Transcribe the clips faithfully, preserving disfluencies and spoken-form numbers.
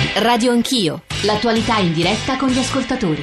Radio Anch'io, l'attualità in diretta con gli ascoltatori.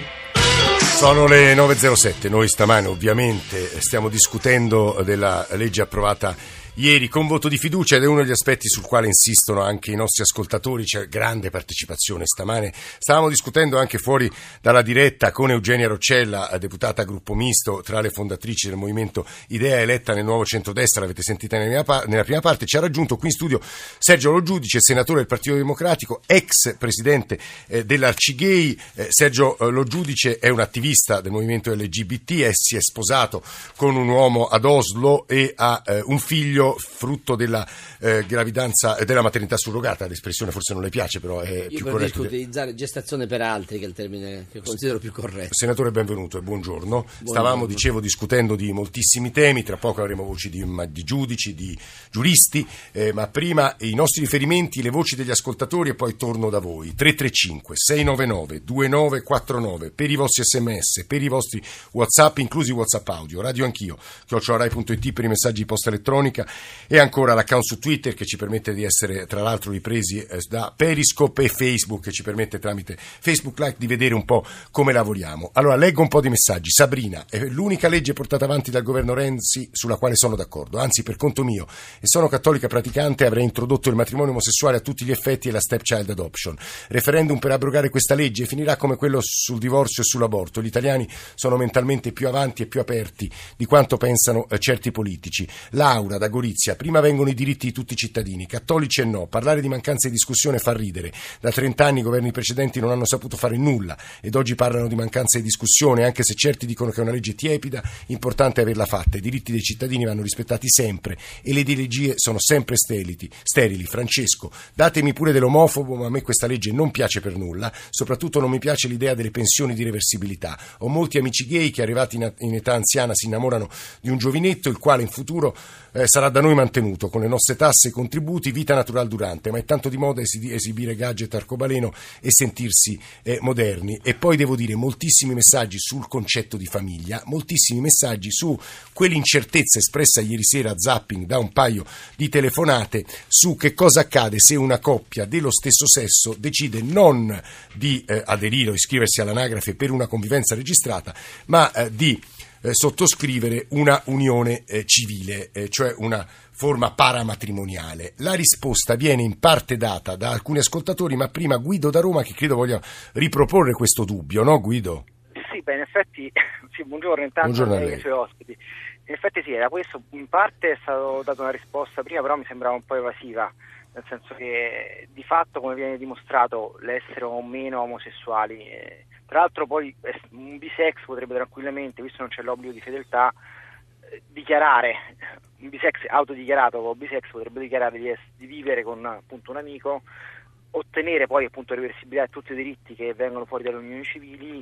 Sono le nove e zero sette, noi stamane ovviamente stiamo discutendo della legge approvata ieri con voto di fiducia ed è uno degli aspetti sul quale insistono anche i nostri ascoltatori. C'è grande partecipazione stamane. Stavamo discutendo anche fuori dalla diretta con Eugenia Roccella, deputata gruppo misto, tra le fondatrici del movimento Idea, eletta nel nuovo centrodestra, l'avete sentita nella prima parte. Ci ha raggiunto qui in studio Sergio Lo Giudice, senatore del Partito Democratico, ex presidente eh, dell'Arcigay. eh, Sergio eh, Lo Giudice è un attivista del movimento L G B T e si è sposato con un uomo ad Oslo e ha eh, un figlio frutto della eh, gravidanza, della maternità surrogata. L'espressione forse non le piace, però è Io più corretta. Io utilizzare gestazione per altri, che è il termine che considero più corretto. Senatore, benvenuto e buongiorno. buongiorno. Stavamo, dicevo, discutendo di moltissimi temi, tra poco avremo voci di, di giudici, di giuristi, eh, ma prima i nostri riferimenti, le voci degli ascoltatori e poi torno da voi. tre tre cinque sei nove nove due nove quattro nove per i vostri sms, per i vostri WhatsApp, inclusi WhatsApp audio. Radio Anch'io, chiocciola rai punto it per i messaggi di posta elettronica. E ancora l'account su Twitter che ci permette di essere tra l'altro ripresi eh, da Periscope e Facebook, che ci permette tramite Facebook Live di vedere un po' come lavoriamo. Allora leggo un po' di messaggi. Sabrina: è l'unica legge portata avanti dal governo Renzi sulla quale sono d'accordo, anzi per conto mio, e sono cattolica praticante, avrei introdotto il matrimonio omosessuale a tutti gli effetti e la stepchild adoption. Referendum per abrogare questa legge e finirà come quello sul divorzio e sull'aborto. Gli italiani sono mentalmente più avanti e più aperti di quanto pensano eh, certi politici. Laura da Gorizia: prima vengono i diritti di tutti i cittadini, cattolici e no. Parlare di mancanza di discussione fa ridere. Da trent'anni i governi precedenti non hanno saputo fare nulla ed oggi parlano di mancanza di discussione, anche se certi dicono che è una legge tiepida, importante è averla fatta. I diritti dei cittadini vanno rispettati sempre e le ideologie sono sempre sterili. sterili. Francesco: datemi pure dell'omofobo, ma a me questa legge non piace per nulla, soprattutto non mi piace l'idea delle pensioni di reversibilità. Ho molti amici gay che arrivati in, in età anziana si innamorano di un giovinetto, il quale in futuro eh, sarà da noi mantenuto con le nostre tasse e contributi, vita natural durante, ma è tanto di moda esibire gadget arcobaleno e sentirsi eh, moderni. E poi devo dire moltissimi messaggi sul concetto di famiglia, moltissimi messaggi su quell'incertezza espressa ieri sera a Zapping da un paio di telefonate su che cosa accade se una coppia dello stesso sesso decide non di eh, aderire o iscriversi all'anagrafe per una convivenza registrata, ma eh, di Eh, sottoscrivere una unione eh, civile, eh, cioè una forma paramatrimoniale. La risposta viene in parte data da alcuni ascoltatori, ma prima Guido da Roma, che credo voglia riproporre questo dubbio, no Guido? Sì, beh, in effetti, sì, buongiorno intanto buongiorno a ai lei. suoi ospiti. In effetti sì, era questo, in parte è stato data una risposta prima, però mi sembrava un po' evasiva, nel senso che di fatto, come viene dimostrato, l'essere o meno omosessuali, eh, tra l'altro poi un bisex potrebbe tranquillamente, visto non c'è l'obbligo di fedeltà, eh, dichiarare, un bisex autodichiarato o bisex potrebbe dichiarare di, es- di vivere con appunto un amico, ottenere poi appunto reversibilità di tutti i diritti che vengono fuori dalle unioni civili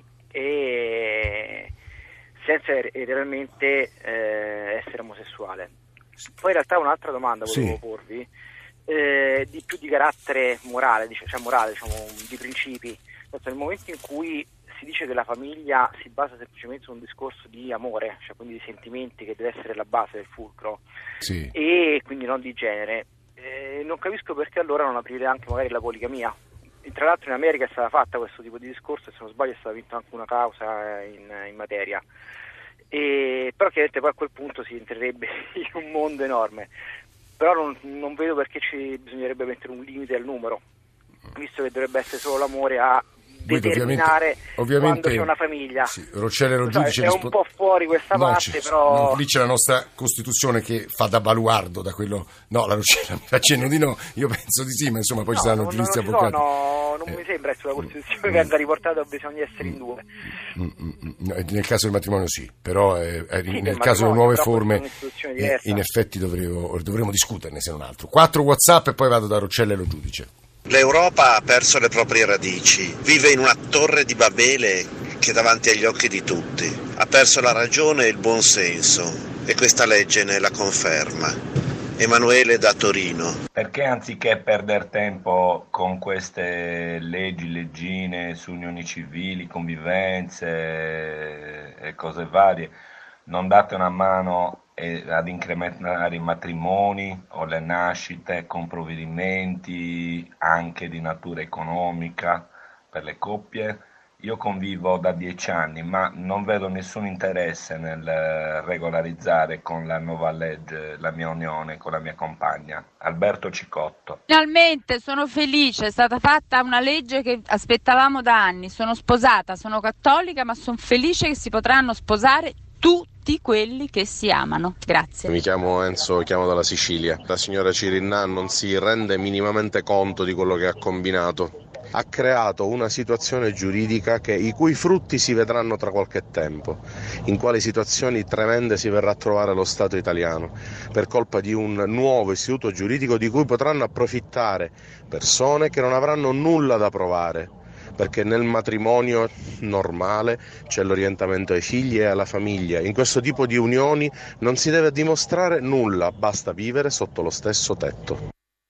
e senza realmente eh, essere omosessuale. Poi in realtà un'altra domanda volevo sì. porvi, eh, di più di carattere morale, cioè morale, diciamo, di principi. Nel momento in cui si dice che la famiglia si basa semplicemente su un discorso di amore, cioè quindi di sentimenti, che deve essere la base del fulcro, sì. e quindi non di genere, eh, non capisco perché allora non aprire anche magari la poligamia. E tra l'altro in America è stata fatta questo tipo di discorso e se non sbaglio è stata vinta anche una causa in, in materia. E, però chiaramente poi a quel punto si entrerebbe in un mondo enorme, però non, non vedo perché ci bisognerebbe mettere un limite al numero, visto che dovrebbe essere solo l'amore a determinare ovviamente, ovviamente, quando c'è una famiglia. Sì, Roccella Lo Cioè, Giudice è rispo- un po' fuori questa no, parte, ci, però no, lì c'è la nostra Costituzione che fa da baluardo da quello. No, la Roccella mi fa cenno di no, io penso di sì, ma insomma poi no, ci saranno non, giuristi non avvocati. Sono, non eh, mi sembra che sulla Costituzione mm, venga riportato bisogna essere in due. Mm, mm, mm, nel caso del matrimonio sì, però eh, eh, Sì, nel caso delle nuove forme eh, in diversa. effetti dovremo, dovremo discuterne se non altro. Quattro WhatsApp e poi vado da Roccella e Lo Giudice. L'Europa ha perso le proprie radici, vive in una torre di Babele che è davanti agli occhi di tutti, ha perso la ragione e il buon senso e questa legge ne la conferma. Emanuele da Torino. Perché anziché perdere tempo con queste leggi, leggine su unioni civili, convivenze e cose varie, non date una mano e ad incrementare i matrimoni o le nascite con provvedimenti anche di natura economica per le coppie. Io convivo da dieci anni, ma non vedo nessun interesse nel regolarizzare con la nuova legge la mia unione con la mia compagna. Alberto Cicotto. Finalmente sono felice, è stata fatta una legge che aspettavamo da anni. Sono sposata, sono cattolica, ma sono felice che si potranno sposare tutti quelli che si amano. Grazie. Mi chiamo Enzo, chiamo dalla Sicilia. La signora Cirinnà non si rende minimamente conto di quello che ha combinato. Ha creato una situazione giuridica che, i cui frutti si vedranno tra qualche tempo, in quali situazioni tremende si verrà a trovare lo Stato italiano per colpa di un nuovo istituto giuridico di cui potranno approfittare persone che non avranno nulla da provare, perché nel matrimonio normale c'è l'orientamento ai figli e alla famiglia. In questo tipo di unioni non si deve dimostrare nulla, basta vivere sotto lo stesso tetto.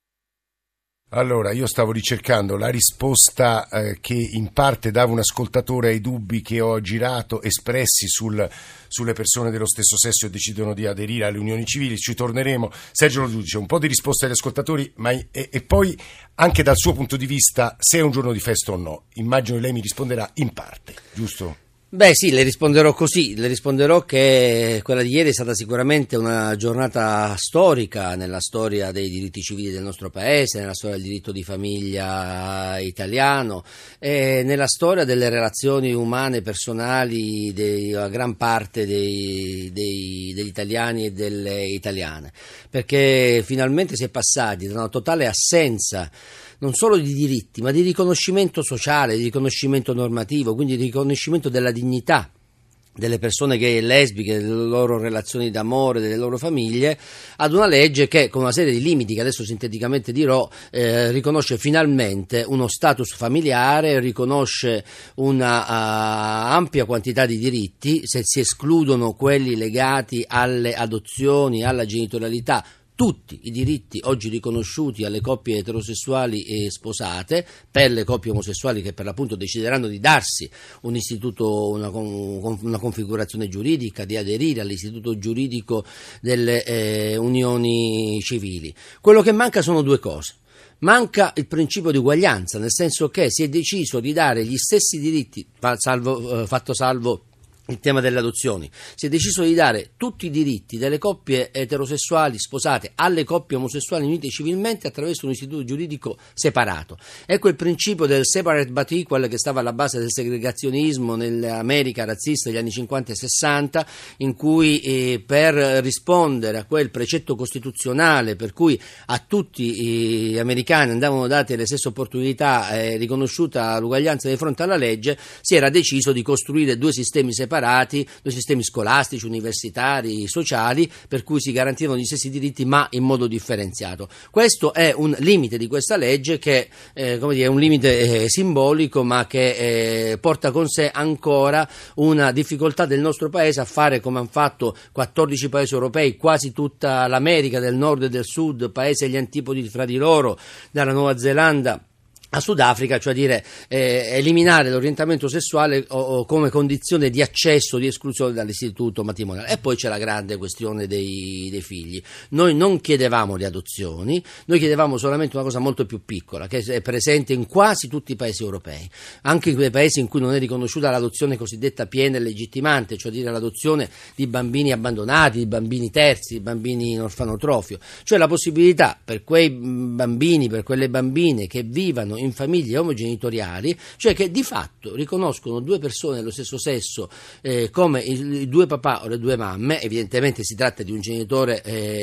Allora, io stavo ricercando la risposta eh, che in parte dava un ascoltatore ai dubbi che ho girato espressi sul, sulle persone dello stesso sesso che decidono di aderire alle unioni civili. Ci torneremo. Sergio Lo Giudice, un po' di risposte agli ascoltatori, ma e, e poi anche dal suo punto di vista, se è un giorno di festa o no. Immagino che lei mi risponderà in parte, giusto? Beh sì, le risponderò così, le risponderò che quella di ieri è stata sicuramente una giornata storica nella storia dei diritti civili del nostro paese, nella storia del diritto di famiglia italiano e nella storia delle relazioni umane personali della gran parte dei, dei, degli italiani e delle italiane, perché finalmente si è passati da una totale assenza non solo di diritti, ma di riconoscimento sociale, di riconoscimento normativo, quindi di riconoscimento della dignità delle persone gay e lesbiche, delle loro relazioni d'amore, delle loro famiglie, ad una legge che, con una serie di limiti che adesso sinteticamente dirò, eh, riconosce finalmente uno status familiare, riconosce una uh, ampia quantità di diritti, se si escludono quelli legati alle adozioni, alla genitorialità. Tutti i diritti oggi riconosciuti alle coppie eterosessuali e sposate, per le coppie omosessuali che per l'appunto decideranno di darsi un istituto, una, una configurazione giuridica, di aderire all'istituto giuridico delle eh, unioni civili. Quello che manca sono due cose. Manca il principio di uguaglianza, nel senso che si è deciso di dare gli stessi diritti, salvo, eh, fatto salvo il tema delle adozioni, si è deciso di dare tutti i diritti delle coppie eterosessuali sposate alle coppie omosessuali unite civilmente attraverso un istituto giuridico separato. Ecco il principio del separate but equal che stava alla base del segregazionismo nell'America razzista degli anni cinquanta e sessanta, in cui eh, per rispondere a quel precetto costituzionale per cui a tutti gli americani andavano date le stesse opportunità e eh, riconosciuta l'uguaglianza di fronte alla legge, si era deciso di costruire due sistemi separati separati, due sistemi scolastici, universitari, sociali, per cui si garantivano gli stessi diritti ma in modo differenziato. Questo è un limite di questa legge che eh, come dire, è un limite eh, simbolico ma che eh, porta con sé ancora una difficoltà del nostro paese a fare come hanno fatto quattordici paesi europei, quasi tutta l'America del nord e del sud, paesi agli antipodi fra di loro, dalla Nuova Zelanda a Sudafrica, cioè dire eh, eliminare l'orientamento sessuale o, o come condizione di accesso, di esclusione dall'istituto matrimoniale. E poi c'è la grande questione dei, dei figli. Noi non chiedevamo le adozioni, noi chiedevamo solamente una cosa molto più piccola, che è presente in quasi tutti i paesi europei, anche in quei paesi in cui non è riconosciuta l'adozione cosiddetta piena e legittimante, cioè dire l'adozione di bambini abbandonati, di bambini terzi, di bambini in orfanotrofio, cioè la possibilità per quei bambini, per quelle bambine che vivano in famiglie omogenitoriali, cioè che di fatto riconoscono due persone dello stesso sesso eh, come i, i due papà o le due mamme. Evidentemente si tratta di un genitore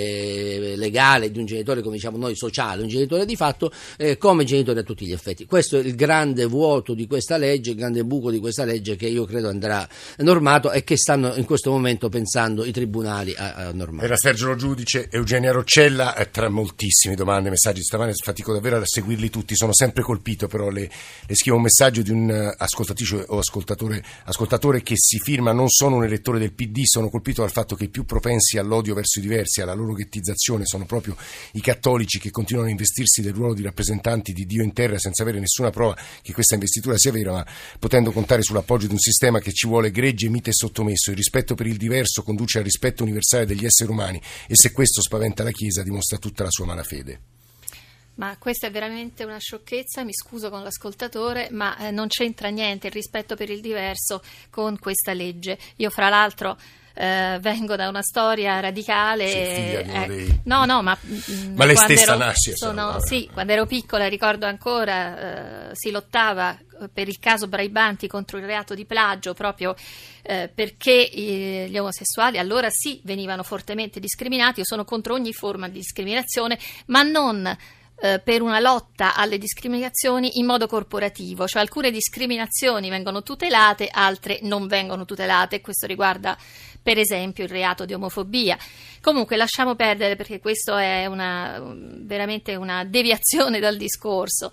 eh, legale, di un genitore come diciamo noi sociale, un genitore di fatto eh, come genitore a tutti gli effetti. Questo è il grande vuoto di questa legge, il grande buco di questa legge che io credo andrà normato e che stanno in questo momento pensando i tribunali a, a normare. Era Sergio Lo Giudice, Eugenia Roccella, eh, tra moltissime domande, messaggi stamane, fatico davvero a seguirli tutti, sono sempre colpito però, le, le scrivo un messaggio di un ascoltatrice o ascoltatore, ascoltatore che si firma: non sono un elettore del P D, sono colpito dal fatto che i più propensi all'odio verso i diversi, alla loro ghettizzazione, sono proprio i cattolici, che continuano a investirsi del ruolo di rappresentanti di Dio in terra senza avere nessuna prova che questa investitura sia vera, ma potendo contare sull'appoggio di un sistema che ci vuole gregge, mite e sottomesso. Il rispetto per il diverso conduce al rispetto universale degli esseri umani, e se questo spaventa la Chiesa dimostra tutta la sua malafede. Ma questa è veramente una sciocchezza, mi scuso con l'ascoltatore, ma eh, non c'entra niente il rispetto per il diverso con questa legge. Io fra l'altro eh, vengo da una storia radicale. Sei figlia di uno eh, dei... No, no, ma, ma lei stessa ero, nasce. Sono, sono... sì, quando ero piccola ricordo ancora eh, si lottava per il caso Braibanti contro il reato di plagio, proprio eh, perché eh, gli omosessuali allora sì venivano fortemente discriminati. Io sono contro ogni forma di discriminazione, ma non per una lotta alle discriminazioni in modo corporativo, cioè alcune discriminazioni vengono tutelate, altre non vengono tutelate. Questo riguarda per esempio il reato di omofobia. Comunque lasciamo perdere, perché questo è una veramente una deviazione dal discorso.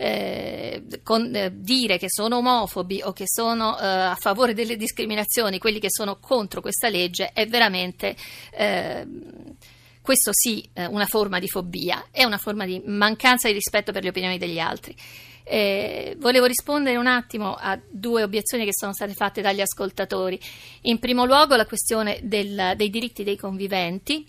Eh, con, eh, dire che sono omofobi o che sono eh, a favore delle discriminazioni quelli che sono contro questa legge è veramente eh, questo sì, una forma di fobia, è una forma di mancanza di rispetto per le opinioni degli altri. Eh, volevo rispondere un attimo a due obiezioni che sono state fatte dagli ascoltatori. In primo luogo la questione del, dei diritti dei conviventi.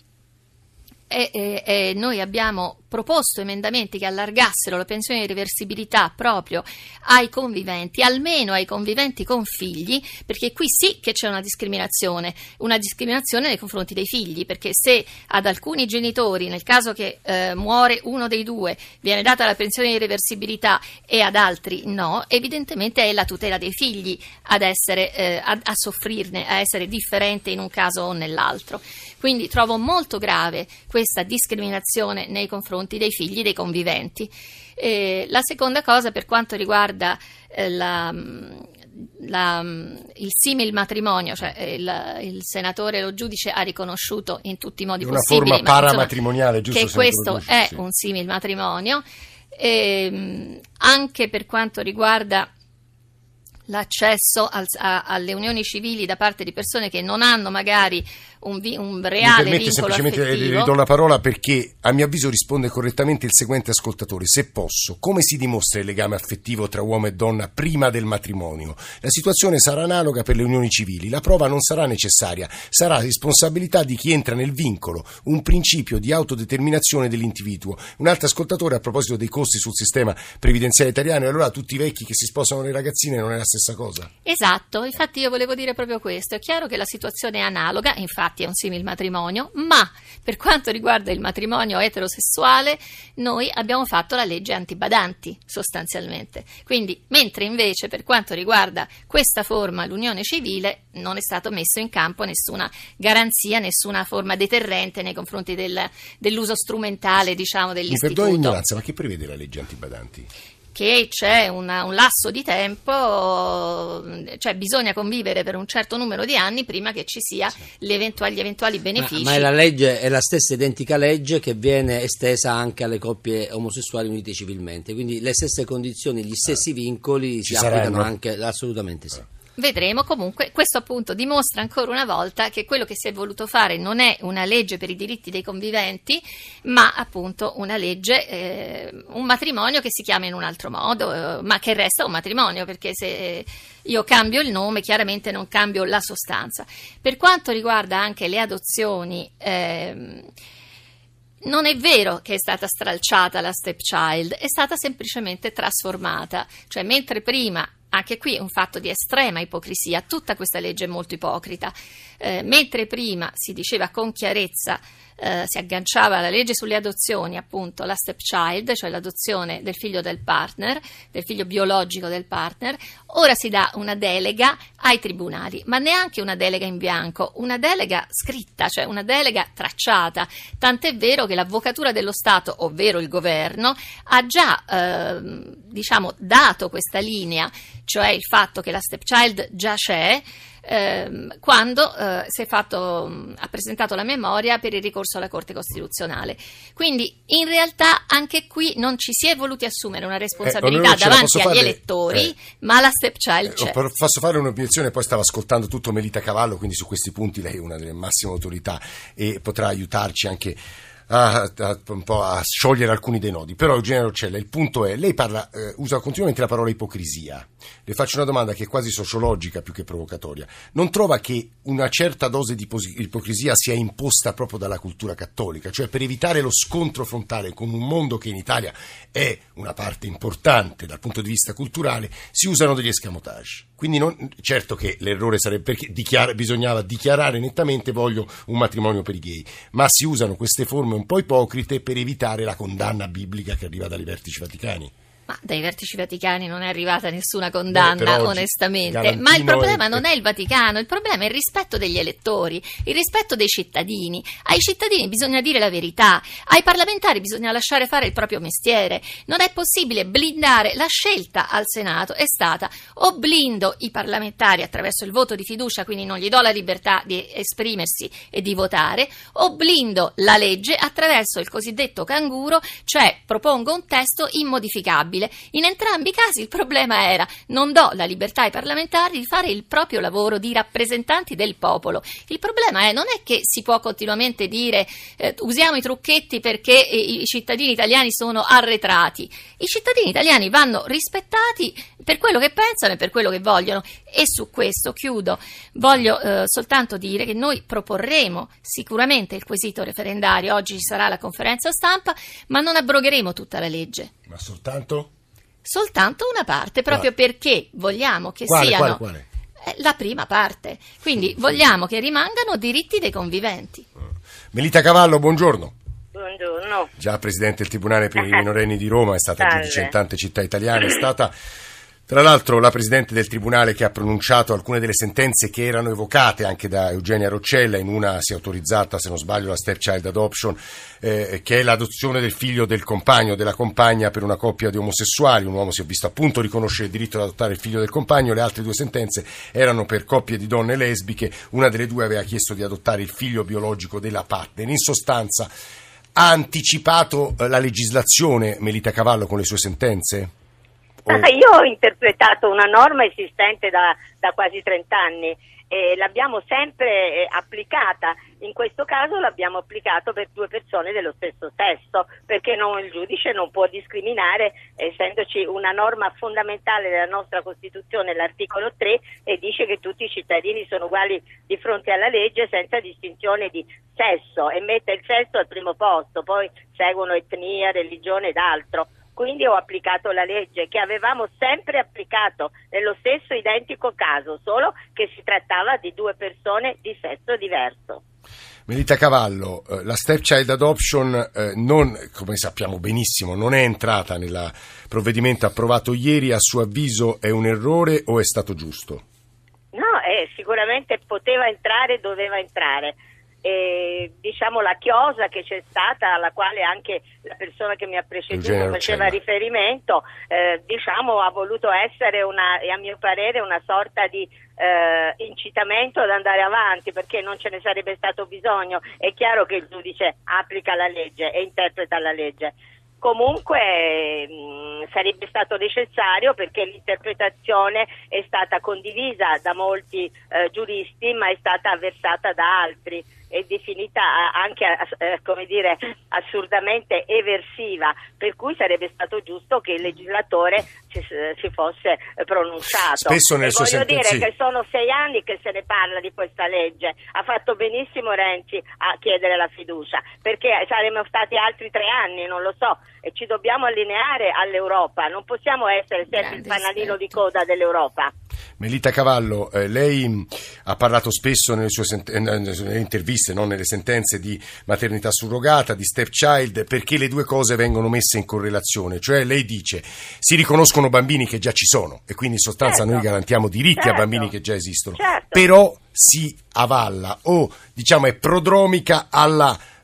E, e, e noi abbiamo proposto emendamenti che allargassero la pensione di reversibilità proprio ai conviventi, almeno ai conviventi con figli, perché qui sì che c'è una discriminazione, una discriminazione nei confronti dei figli, perché se ad alcuni genitori, nel caso che eh, muore uno dei due, viene data la pensione di reversibilità e ad altri no, evidentemente è la tutela dei figli ad essere eh, a, a soffrirne, a essere differente in un caso o nell'altro. Quindi trovo molto grave questa discriminazione nei confronti dei figli dei conviventi. Eh, la seconda cosa, per quanto riguarda eh, la, la, il simil matrimonio, cioè il, il senatore Lo Giudice ha riconosciuto in tutti i modi una possibili, forma paramatrimoniale, giusto, che questo Giudice, è sì. un simil matrimonio. Eh, anche per quanto riguarda l'accesso al, a, alle unioni civili da parte di persone che non hanno magari un, vi, un reale Mi vincolo semplicemente affettivo. ridò la parola perché a mio avviso risponde correttamente il seguente ascoltatore: se posso, come si dimostra il legame affettivo tra uomo e donna prima del matrimonio? La situazione sarà analoga per le unioni civili, la prova non sarà necessaria, sarà responsabilità di chi entra nel vincolo, un principio di autodeterminazione dell'individuo. Un altro ascoltatore, a proposito dei costi sul sistema previdenziale italiano: e allora tutti i vecchi che si sposano le ragazzine non è la stessa cosa? Esatto, infatti io volevo dire proprio questo. È chiaro che la situazione è analoga, infatti è un simil matrimonio, ma per quanto riguarda il matrimonio eterosessuale noi abbiamo fatto la legge antibadanti sostanzialmente. Quindi, mentre invece per quanto riguarda questa forma, l'unione civile, non è stato messo in campo nessuna garanzia, nessuna forma deterrente nei confronti del, dell'uso strumentale, diciamo, dell'istituto. Mi perdoni l'ignoranza, ma che prevede la legge antibadanti? Che c'è una, un lasso di tempo, cioè bisogna convivere per un certo numero di anni prima che ci sia le eventuali, gli eventuali benefici. Ma, ma è la legge, è la stessa identica legge che viene estesa anche alle coppie omosessuali unite civilmente, quindi le stesse condizioni, gli stessi vincoli Ci si applicano saranno? anche, assolutamente sì. Vedremo. Comunque questo appunto dimostra ancora una volta che quello che si è voluto fare non è una legge per i diritti dei conviventi, ma appunto una legge, eh, un matrimonio che si chiama in un altro modo, eh, ma che resta un matrimonio, perché se io cambio il nome chiaramente non cambio la sostanza. Per quanto riguarda anche le adozioni, ehm, non è vero che è stata stralciata la stepchild, è stata semplicemente trasformata, cioè mentre prima, anche qui è un fatto di estrema ipocrisia, tutta questa legge è molto ipocrita, eh, mentre prima si diceva con chiarezza, eh, si agganciava alla legge sulle adozioni appunto la stepchild, cioè l'adozione del figlio del partner, del figlio biologico del partner, ora si dà una delega ai tribunali, ma neanche una delega in bianco, una delega scritta, cioè una delega tracciata, tant'è vero che l'Avvocatura dello Stato, ovvero il governo, ha già eh, diciamo dato questa linea, cioè il fatto che la stepchild già c'è, ehm, quando eh, si è fatto, ha presentato la memoria per il ricorso alla Corte Costituzionale. Quindi in realtà anche qui non ci si è voluti assumere una responsabilità eh, davanti agli fare, elettori, eh, ma la stepchild c'è. Eh, posso fare un'obiezione, poi stavo ascoltando tutto Melita Cavallo, quindi su questi punti lei è una delle massime autorità e potrà aiutarci anche A, a, un po' a sciogliere alcuni dei nodi. Però Eugenia Roccella, il punto è, lei parla, eh, usa continuamente la parola ipocrisia. Le faccio una domanda che è quasi sociologica più che provocatoria. Non trova che una certa dose di ipocrisia sia imposta proprio dalla cultura cattolica? Cioè, per evitare lo scontro frontale con un mondo che in Italia è una parte importante dal punto di vista culturale, si usano degli escamotage. Quindi non, certo che l'errore sarebbe perché dichiara, bisognava dichiarare nettamente voglio un matrimonio per i gay, ma si usano queste forme un po' ipocrite per evitare la condanna biblica che arriva dai vertici vaticani. Ma dai vertici vaticani non è arrivata nessuna condanna, Beh, onestamente. Galantino Ma il problema è... non è il Vaticano, il problema è il rispetto degli elettori, il rispetto dei cittadini. Ai cittadini bisogna dire la verità, ai parlamentari bisogna lasciare fare il proprio mestiere. Non è possibile blindare. La scelta al Senato è stata: o blindo i parlamentari attraverso il voto di fiducia, quindi non gli do la libertà di esprimersi e di votare, o blindo la legge attraverso il cosiddetto canguro, cioè propongo un testo immodificabile. In entrambi i casi il problema era: non do la libertà ai parlamentari di fare il proprio lavoro di rappresentanti del popolo. Il problema è, non è che si può continuamente dire eh, usiamo i trucchetti perché eh, i cittadini italiani sono arretrati. I cittadini italiani vanno rispettati per quello che pensano e per quello che vogliono. E su questo chiudo. Voglio eh, soltanto dire che noi proporremo sicuramente il quesito referendario. Oggi ci sarà la conferenza stampa, ma non abrogheremo tutta la legge. Ma soltanto? Soltanto una parte, proprio quale? Perché vogliamo che quale, siano quale, quale? Eh, la prima parte. Quindi sì, vogliamo sì. che rimangano diritti dei conviventi. Melita Cavallo, buongiorno. Buongiorno. Già Presidente del Tribunale per i minorenni di Roma, è stata giudice in tante città italiane, è stata tra l'altro la Presidente del Tribunale che ha pronunciato alcune delle sentenze che erano evocate anche da Eugenia Roccella. In una si è autorizzata, se non sbaglio, la stepchild adoption, eh, che è l'adozione del figlio del compagno o della compagna per una coppia di omosessuali. Un uomo si è visto appunto riconoscere il diritto ad adottare il figlio del compagno. Le altre due sentenze erano per coppie di donne lesbiche. Una delle due aveva chiesto di adottare il figlio biologico della partner. In sostanza ha anticipato la legislazione Melita Cavallo con le sue sentenze? Ah, io ho interpretato una norma esistente da, da quasi trent'anni e l'abbiamo sempre eh, applicata. In questo caso l'abbiamo applicato per due persone dello stesso sesso, perché non, il giudice non può discriminare, essendoci una norma fondamentale della nostra Costituzione, l'articolo tre, e dice che tutti i cittadini sono uguali di fronte alla legge senza distinzione di sesso, e mette il sesso al primo posto, poi seguono etnia, religione ed altro. Quindi ho applicato la legge che avevamo sempre applicato nello stesso identico caso, solo che si trattava di due persone di sesso diverso. Melita Cavallo, la stepchild adoption eh, non, come sappiamo benissimo, non è entrata nel provvedimento approvato ieri. A suo avviso è un errore o è stato giusto? No, eh, sicuramente poteva entrare, doveva entrare. E, diciamo, la chiosa che c'è stata, alla quale anche la persona che mi ha preceduto faceva riferimento, eh, diciamo ha voluto essere una, e a mio parere una sorta di eh, incitamento ad andare avanti, perché non ce ne sarebbe stato bisogno. È chiaro che il giudice applica la legge e interpreta la legge. Comunque mh, sarebbe stato necessario, perché l'interpretazione è stata condivisa da molti eh, giuristi, ma è stata avversata da altri e definita anche eh, come dire assurdamente eversiva, per cui sarebbe stato giusto che il legislatore si, si fosse pronunciato. Spesso nel e suo voglio sentenze... dire che sono sei anni che se ne parla di questa legge. Ha fatto benissimo Renzi a chiedere la fiducia, perché saremmo stati altri tre anni, non lo so, e ci dobbiamo allineare all'Europa, non possiamo essere sempre il fanalino di coda dell'Europa. Melita Cavallo, eh, lei ha parlato spesso nelle sue sent- nelle interviste, non nelle sentenze, di maternità surrogata, di stepchild, perché le due cose vengono messe in correlazione. Cioè lei dice si riconoscono bambini che già ci sono e quindi in sostanza certo. noi garantiamo diritti certo. a bambini che già esistono, certo. però si avalla o diciamo è prodromica alla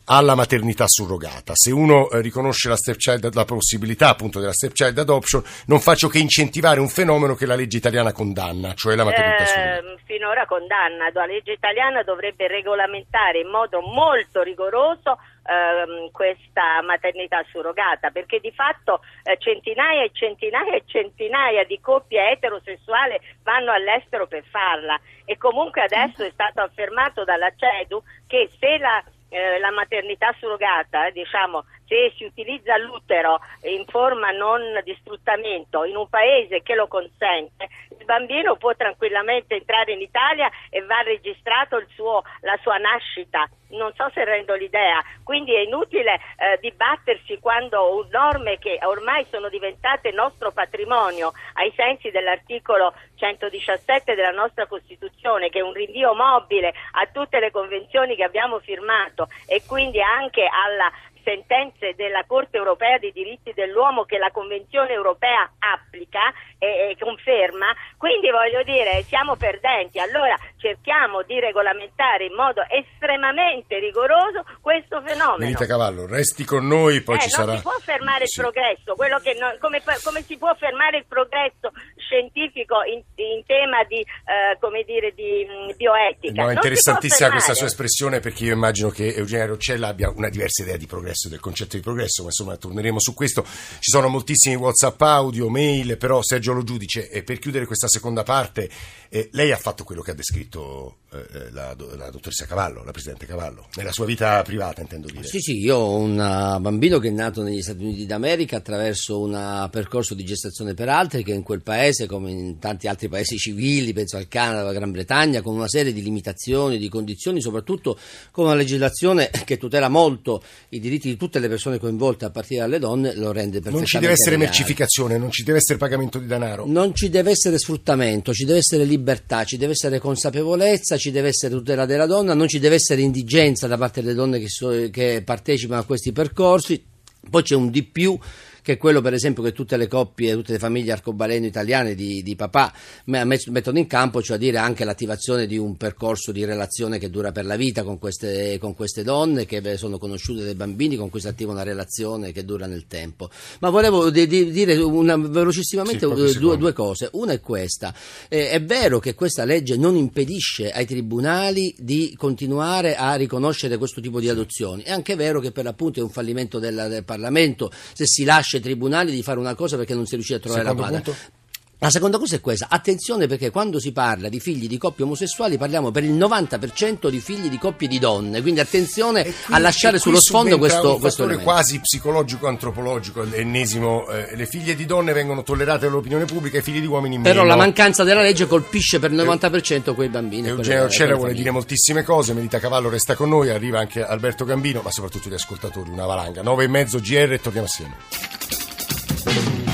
alla maternità surrogata. Se uno eh, riconosce la stepchild, la possibilità appunto della stepchild adoption, non faccio che incentivare un fenomeno che la legge italiana condanna, cioè la maternità surrogata. Eh, finora condanna, la legge italiana dovrebbe regolamentare in modo molto rigoroso ehm, questa maternità surrogata, perché di fatto eh, centinaia e centinaia e centinaia di coppie eterosessuali vanno all'estero per farla, e comunque adesso è stato affermato dalla CEDU che se la Eh, la maternità surrogata, eh, diciamo, se si utilizza l'utero in forma non di sfruttamento in un paese che lo consente, il bambino può tranquillamente entrare in Italia e va registrato il suo, la sua nascita. Non so se rendo l'idea, quindi è inutile eh, dibattersi quando norme che ormai sono diventate nostro patrimonio ai sensi dell'articolo centodiciassette della nostra Costituzione, che è un rinvio mobile a tutte le convenzioni che abbiamo firmato e quindi anche alla sentenze della Corte Europea dei diritti dell'uomo che la Convenzione Europea applica e, e conferma, quindi voglio dire siamo perdenti. Allora cerchiamo di regolamentare in modo estremamente rigoroso questo fenomeno. Melita Cavallo, resti con noi, poi eh, ci non sarà... si può fermare sì. il progresso, quello che non, come, come si può fermare il progresso scientifico in, in tema di, eh, come dire, di mh, bioetica? No, è interessantissima questa sua fermare. espressione, perché io immagino che Eugenia Roccella abbia una diversa idea di progresso, del concetto di progresso, ma insomma torneremo su questo. Ci sono moltissimi WhatsApp, audio, mail, però Sergio Lo Giudice, eh, per chiudere questa seconda parte, eh, lei ha fatto quello che ha descritto eh, la, la dottoressa Cavallo, la presidente Cavallo, nella sua vita privata, intendo dire. Sì, sì, io ho un bambino che è nato negli Stati Uniti d'America attraverso un percorso di gestazione per altri, che in quel paese, come in tanti altri paesi civili, penso al Canada, alla Gran Bretagna, con una serie di limitazioni, di condizioni, soprattutto con una legislazione che tutela molto i diritti di tutte le persone coinvolte a partire dalle donne, lo rende perfettamente non ci deve essere reale. Mercificazione, non ci deve essere pagamento di denaro, non ci deve essere sfruttamento, ci deve essere libertà, ci deve essere consapevolezza, ci deve essere tutela della donna, non ci deve essere indigenza da parte delle donne che, so, che partecipano a questi percorsi. Poi c'è un di più, che è quello per esempio che tutte le coppie, tutte le famiglie arcobaleno italiane di, di papà mettono in campo, cioè a dire anche l'attivazione di un percorso di relazione che dura per la vita con queste, con queste donne che sono conosciute dai bambini, con cui si attiva una relazione che dura nel tempo. Ma volevo di, di, dire una, velocissimamente sì, due, due cose. Una è questa, eh, è vero che questa legge non impedisce ai tribunali di continuare a riconoscere questo tipo di adozioni, è anche vero che per l'appunto è un fallimento del, del Parlamento se si lascia ai tribunali di fare una cosa perché non si riuscì a trovare Secondo la quadra. punto? La seconda cosa è questa, attenzione, perché quando si parla di figli di coppie omosessuali parliamo per il novanta per cento di figli di coppie di donne, quindi attenzione qui, a lasciare sullo sfondo questo, un questo fattore quasi psicologico-antropologico, l'ennesimo, eh, le figlie di donne vengono tollerate dall'opinione pubblica, i figli di uomini meno. Però la mancanza della legge colpisce per il novanta per cento quei bambini. Eugenio Roccella vuole dire moltissime cose, Melita Cavallo resta con noi, arriva anche Alberto Gambino, ma soprattutto gli ascoltatori, una valanga. nove e mezzo G R e torniamo assieme.